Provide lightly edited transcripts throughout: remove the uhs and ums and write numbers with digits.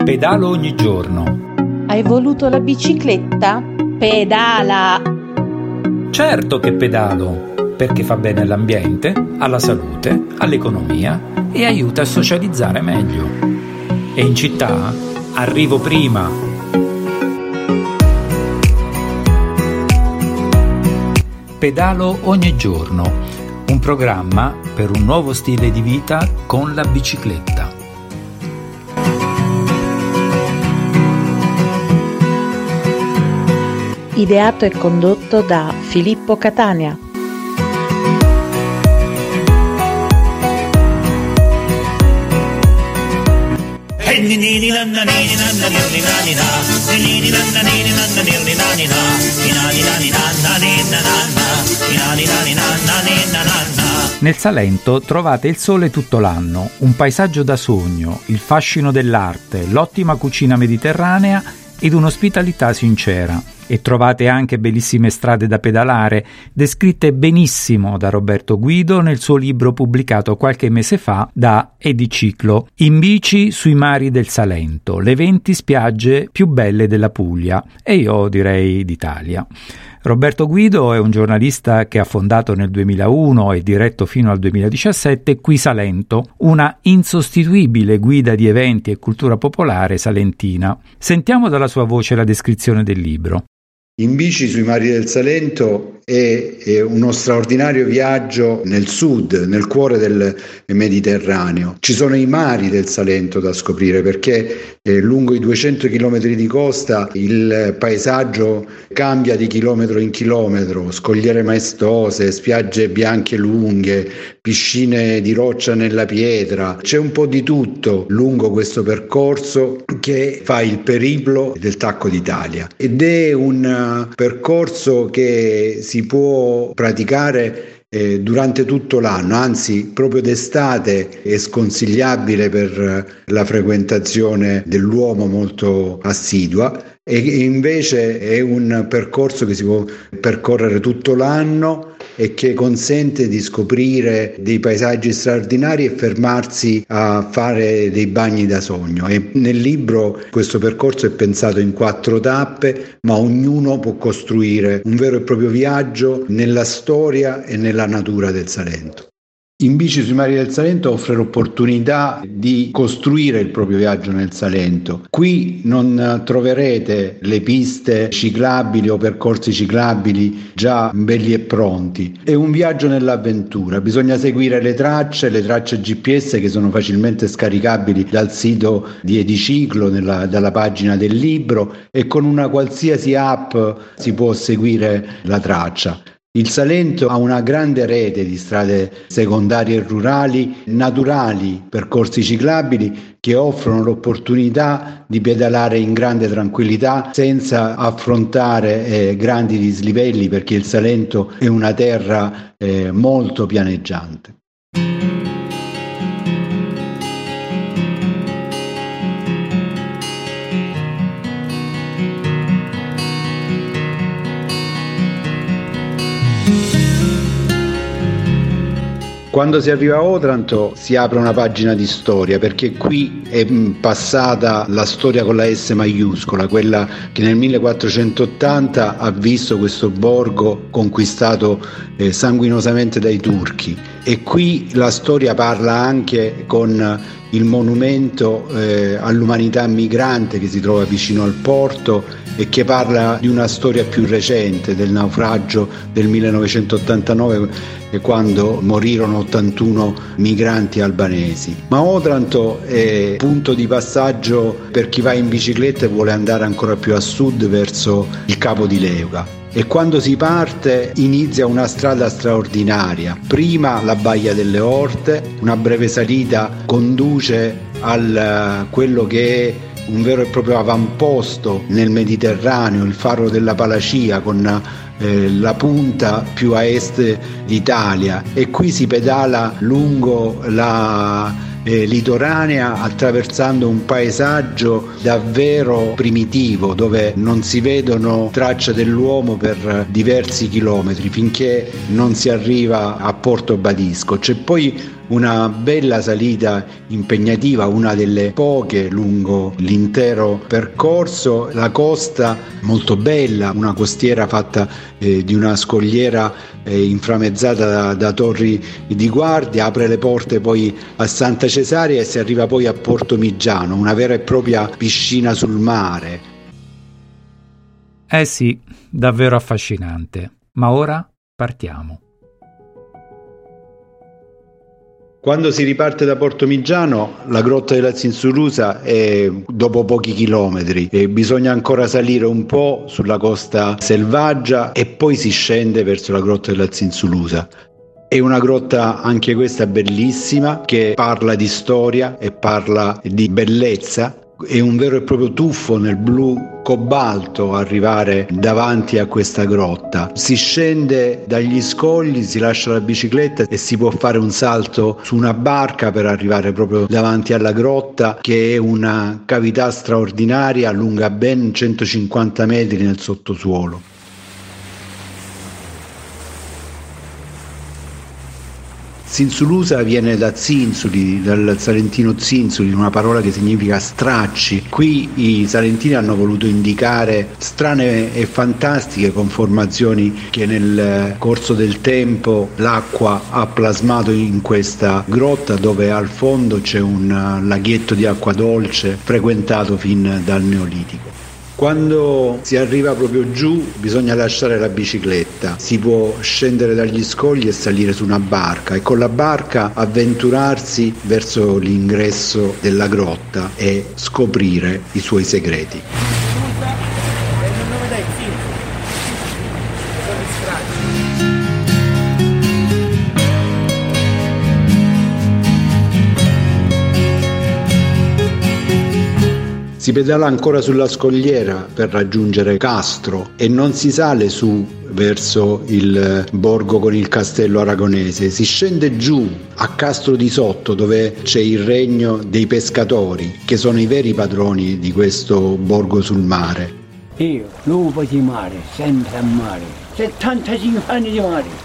Pedalo ogni giorno. Hai voluto la bicicletta? Pedala! Certo che pedalo, perché fa bene all'ambiente, alla salute, all'economia e aiuta a socializzare meglio. E in città arrivo prima. Pedalo ogni giorno, un programma per un nuovo stile di vita con la bicicletta. Ideato e condotto da Filippo Catania. Nel Salento trovate il sole tutto l'anno, un paesaggio da sogno, il fascino dell'arte, l'ottima cucina mediterranea ed un'ospitalità sincera. E trovate anche bellissime strade da pedalare, descritte benissimo da Roberto Guido nel suo libro pubblicato qualche mese fa da Ediciclo, In bici sui mari del Salento, le 20 spiagge più belle della Puglia e io direi d'Italia. Roberto Guido è un giornalista che ha fondato nel 2001 e diretto fino al 2017 Qui Salento, una insostituibile guida di eventi e cultura popolare salentina. Sentiamo dalla sua voce la descrizione del libro. In bici sui mari del Salento è uno straordinario viaggio nel sud, nel cuore del Mediterraneo. Ci sono i mari del Salento da scoprire perché lungo i 200 km di costa il paesaggio cambia di chilometro in chilometro, scogliere maestose, spiagge bianche lunghe, piscine di roccia nella pietra. C'è un po' di tutto lungo questo percorso che fa il periplo del Tacco d'Italia ed è un percorso che si può praticare durante tutto l'anno, anzi proprio d'estate è sconsigliabile per la frequentazione dell'uomo molto assidua e invece è un percorso che si può percorrere tutto l'anno e che consente di scoprire dei paesaggi straordinari e fermarsi a fare dei bagni da sogno. E nel libro questo percorso è pensato in 4 tappe, ma ognuno può costruire un vero e proprio viaggio nella storia e nella natura del Salento. In bici sui mari del Salento offre l'opportunità di costruire il proprio viaggio nel Salento. Qui non troverete le piste ciclabili o percorsi ciclabili già belli e pronti. È un viaggio nell'avventura, bisogna seguire le tracce GPS che sono facilmente scaricabili dal sito di Ediciclo, dalla pagina del libro, e con una qualsiasi app si può seguire la traccia. Il Salento ha una grande rete di strade secondarie e rurali, naturali, percorsi ciclabili che offrono l'opportunità di pedalare in grande tranquillità senza affrontare grandi dislivelli, perché il Salento è una terra molto pianeggiante. Quando si arriva a Otranto si apre una pagina di storia, perché qui è passata la storia con la S maiuscola, quella che nel 1480 ha visto questo borgo conquistato sanguinosamente dai turchi, e qui la storia parla anche con il monumento all'umanità migrante che si trova vicino al porto e che parla di una storia più recente, del naufragio del 1989 quando morirono 81 migranti albanesi. Ma Otranto è punto di passaggio per chi va in bicicletta e vuole andare ancora più a sud verso il Capo di Leuca. E quando si parte inizia una strada straordinaria. Prima la Baia delle Orte, una breve salita conduce a quello che è un vero e proprio avamposto nel Mediterraneo, il faro della Palacia, con la punta più a est d'Italia, e qui si pedala lungo litoranea, attraversando un paesaggio davvero primitivo dove non si vedono tracce dell'uomo per diversi chilometri finché non si arriva a Porto Badisco. C'è poi una bella salita impegnativa, una delle poche lungo l'intero percorso, la costa molto bella, una costiera fatta di una scogliera inframezzata da torri di guardia, apre le porte poi a Santa Cesarea e si arriva poi a Porto Migiano, una vera e propria piscina sul mare. Eh sì, davvero affascinante. Ma ora partiamo. Quando si riparte da Porto Migiano, la grotta della Zinzulusa è dopo pochi chilometri e bisogna ancora salire un po' sulla costa selvaggia e poi si scende verso la grotta della Zinzulusa. È una grotta anche questa bellissima che parla di storia e parla di bellezza. È un vero e proprio tuffo nel blu cobalto arrivare davanti a questa grotta. Si scende dagli scogli, si lascia la bicicletta e si può fare un salto su una barca per arrivare proprio davanti alla grotta, che è una cavità straordinaria lunga ben 150 metri nel sottosuolo. Zinzulusa viene da zinzuli, dal salentino zinzuli, una parola che significa stracci. Qui i salentini hanno voluto indicare strane e fantastiche conformazioni che nel corso del tempo l'acqua ha plasmato in questa grotta, dove al fondo c'è un laghetto di acqua dolce frequentato fin dal Neolitico. Quando si arriva proprio giù bisogna lasciare la bicicletta, si può scendere dagli scogli e salire su una barca e con la barca avventurarsi verso l'ingresso della grotta e scoprire i suoi segreti. Si pedala ancora sulla scogliera per raggiungere Castro e non si sale su verso il borgo con il castello aragonese, si scende giù a Castro di Sotto, dove c'è il regno dei pescatori, che sono i veri padroni di questo borgo sul mare. Io, lupo di mare, sempre a mare, 75 anni di mare.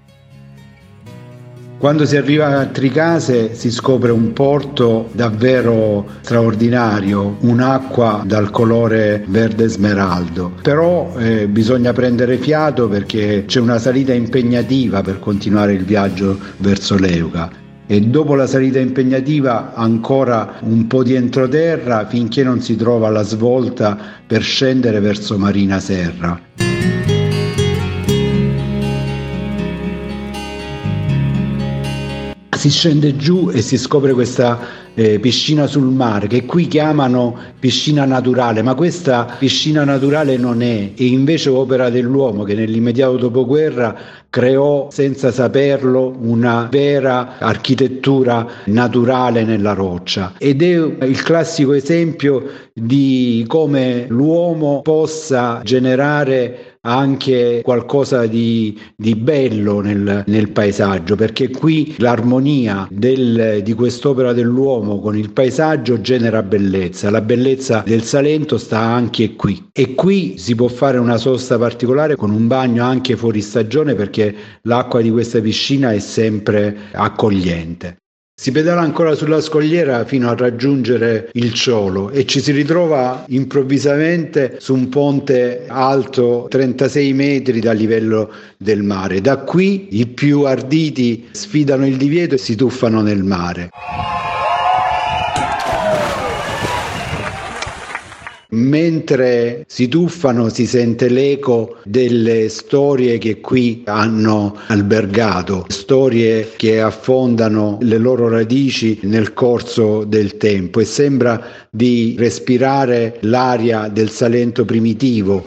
Quando si arriva a Tricase si scopre un porto davvero straordinario, un'acqua dal colore verde smeraldo, però bisogna prendere fiato perché c'è una salita impegnativa per continuare il viaggio verso Leuca e dopo la salita impegnativa ancora un po' di entroterra finché non si trova la svolta per scendere verso Marina Serra. Si scende giù e si scopre questa piscina sul mare, che qui chiamano piscina naturale, ma questa piscina naturale non è invece opera dell'uomo, che nell'immediato dopoguerra creò senza saperlo una vera architettura naturale nella roccia ed è il classico esempio di come l'uomo possa generare anche qualcosa di bello nel paesaggio, perché qui l'armonia di quest'opera dell'uomo con il paesaggio genera bellezza. La bellezza del Salento sta anche qui e qui si può fare una sosta particolare con un bagno anche fuori stagione, perché l'acqua di questa piscina è sempre accogliente. Si pedala ancora sulla scogliera fino a raggiungere il Ciolo e ci si ritrova improvvisamente su un ponte alto 36 metri dal livello del mare. Da qui i più arditi sfidano il divieto e si tuffano nel mare. Mentre si tuffano si sente l'eco delle storie che qui hanno albergato, storie che affondano le loro radici nel corso del tempo e sembra di respirare l'aria del Salento primitivo.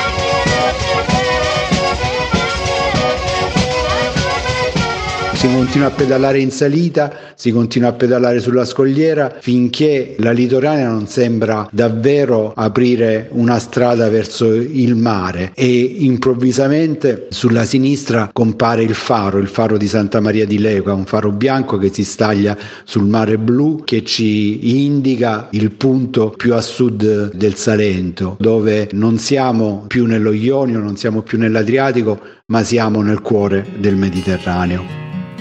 Si continua a pedalare in salita, si continua a pedalare sulla scogliera finché la litoranea non sembra davvero aprire una strada verso il mare, e improvvisamente sulla sinistra compare il faro di Santa Maria di Leuca, un faro bianco che si staglia sul mare blu, che ci indica il punto più a sud del Salento, dove non siamo più nello Ionio, non siamo più nell'Adriatico, ma siamo nel cuore del Mediterraneo.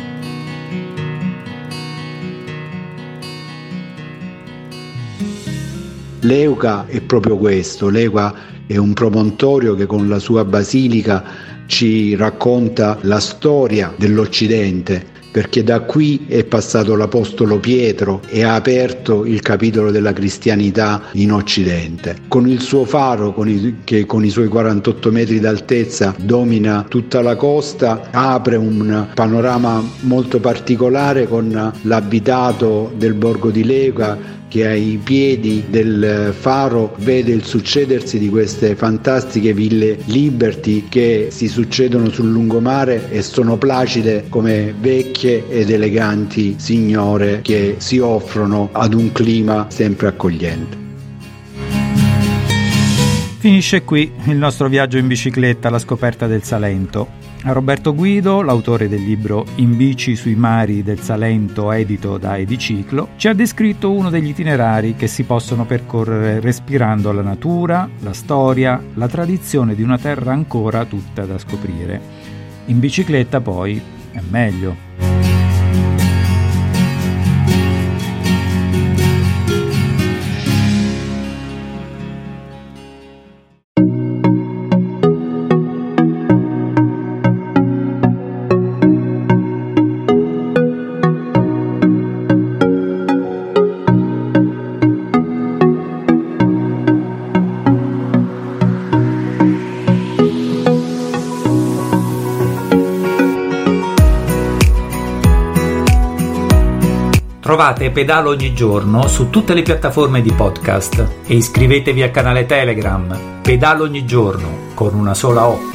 Leuca è proprio questo. Leuca è un promontorio che con la sua basilica ci racconta la storia dell'Occidente, perché da qui è passato l'Apostolo Pietro e ha aperto il capitolo della cristianità in Occidente. Con il suo faro, che con i suoi 48 metri d'altezza domina tutta la costa, apre un panorama molto particolare con l'abitato del borgo di Leuca, che ai piedi del faro vede il succedersi di queste fantastiche ville Liberty che si succedono sul lungomare e sono placide come vecchie ed eleganti signore che si offrono ad un clima sempre accogliente. Finisce qui il nostro viaggio in bicicletta alla scoperta del Salento. A Roberto Guido, l'autore del libro In bici sui mari del Salento, edito da Ediciclo, ci ha descritto uno degli itinerari che si possono percorrere respirando la natura, la storia, la tradizione di una terra ancora tutta da scoprire. In bicicletta poi è meglio. Trovate Pedalo ogni giorno su tutte le piattaforme di podcast e iscrivetevi al canale Telegram Pedalo ogni giorno con una sola O.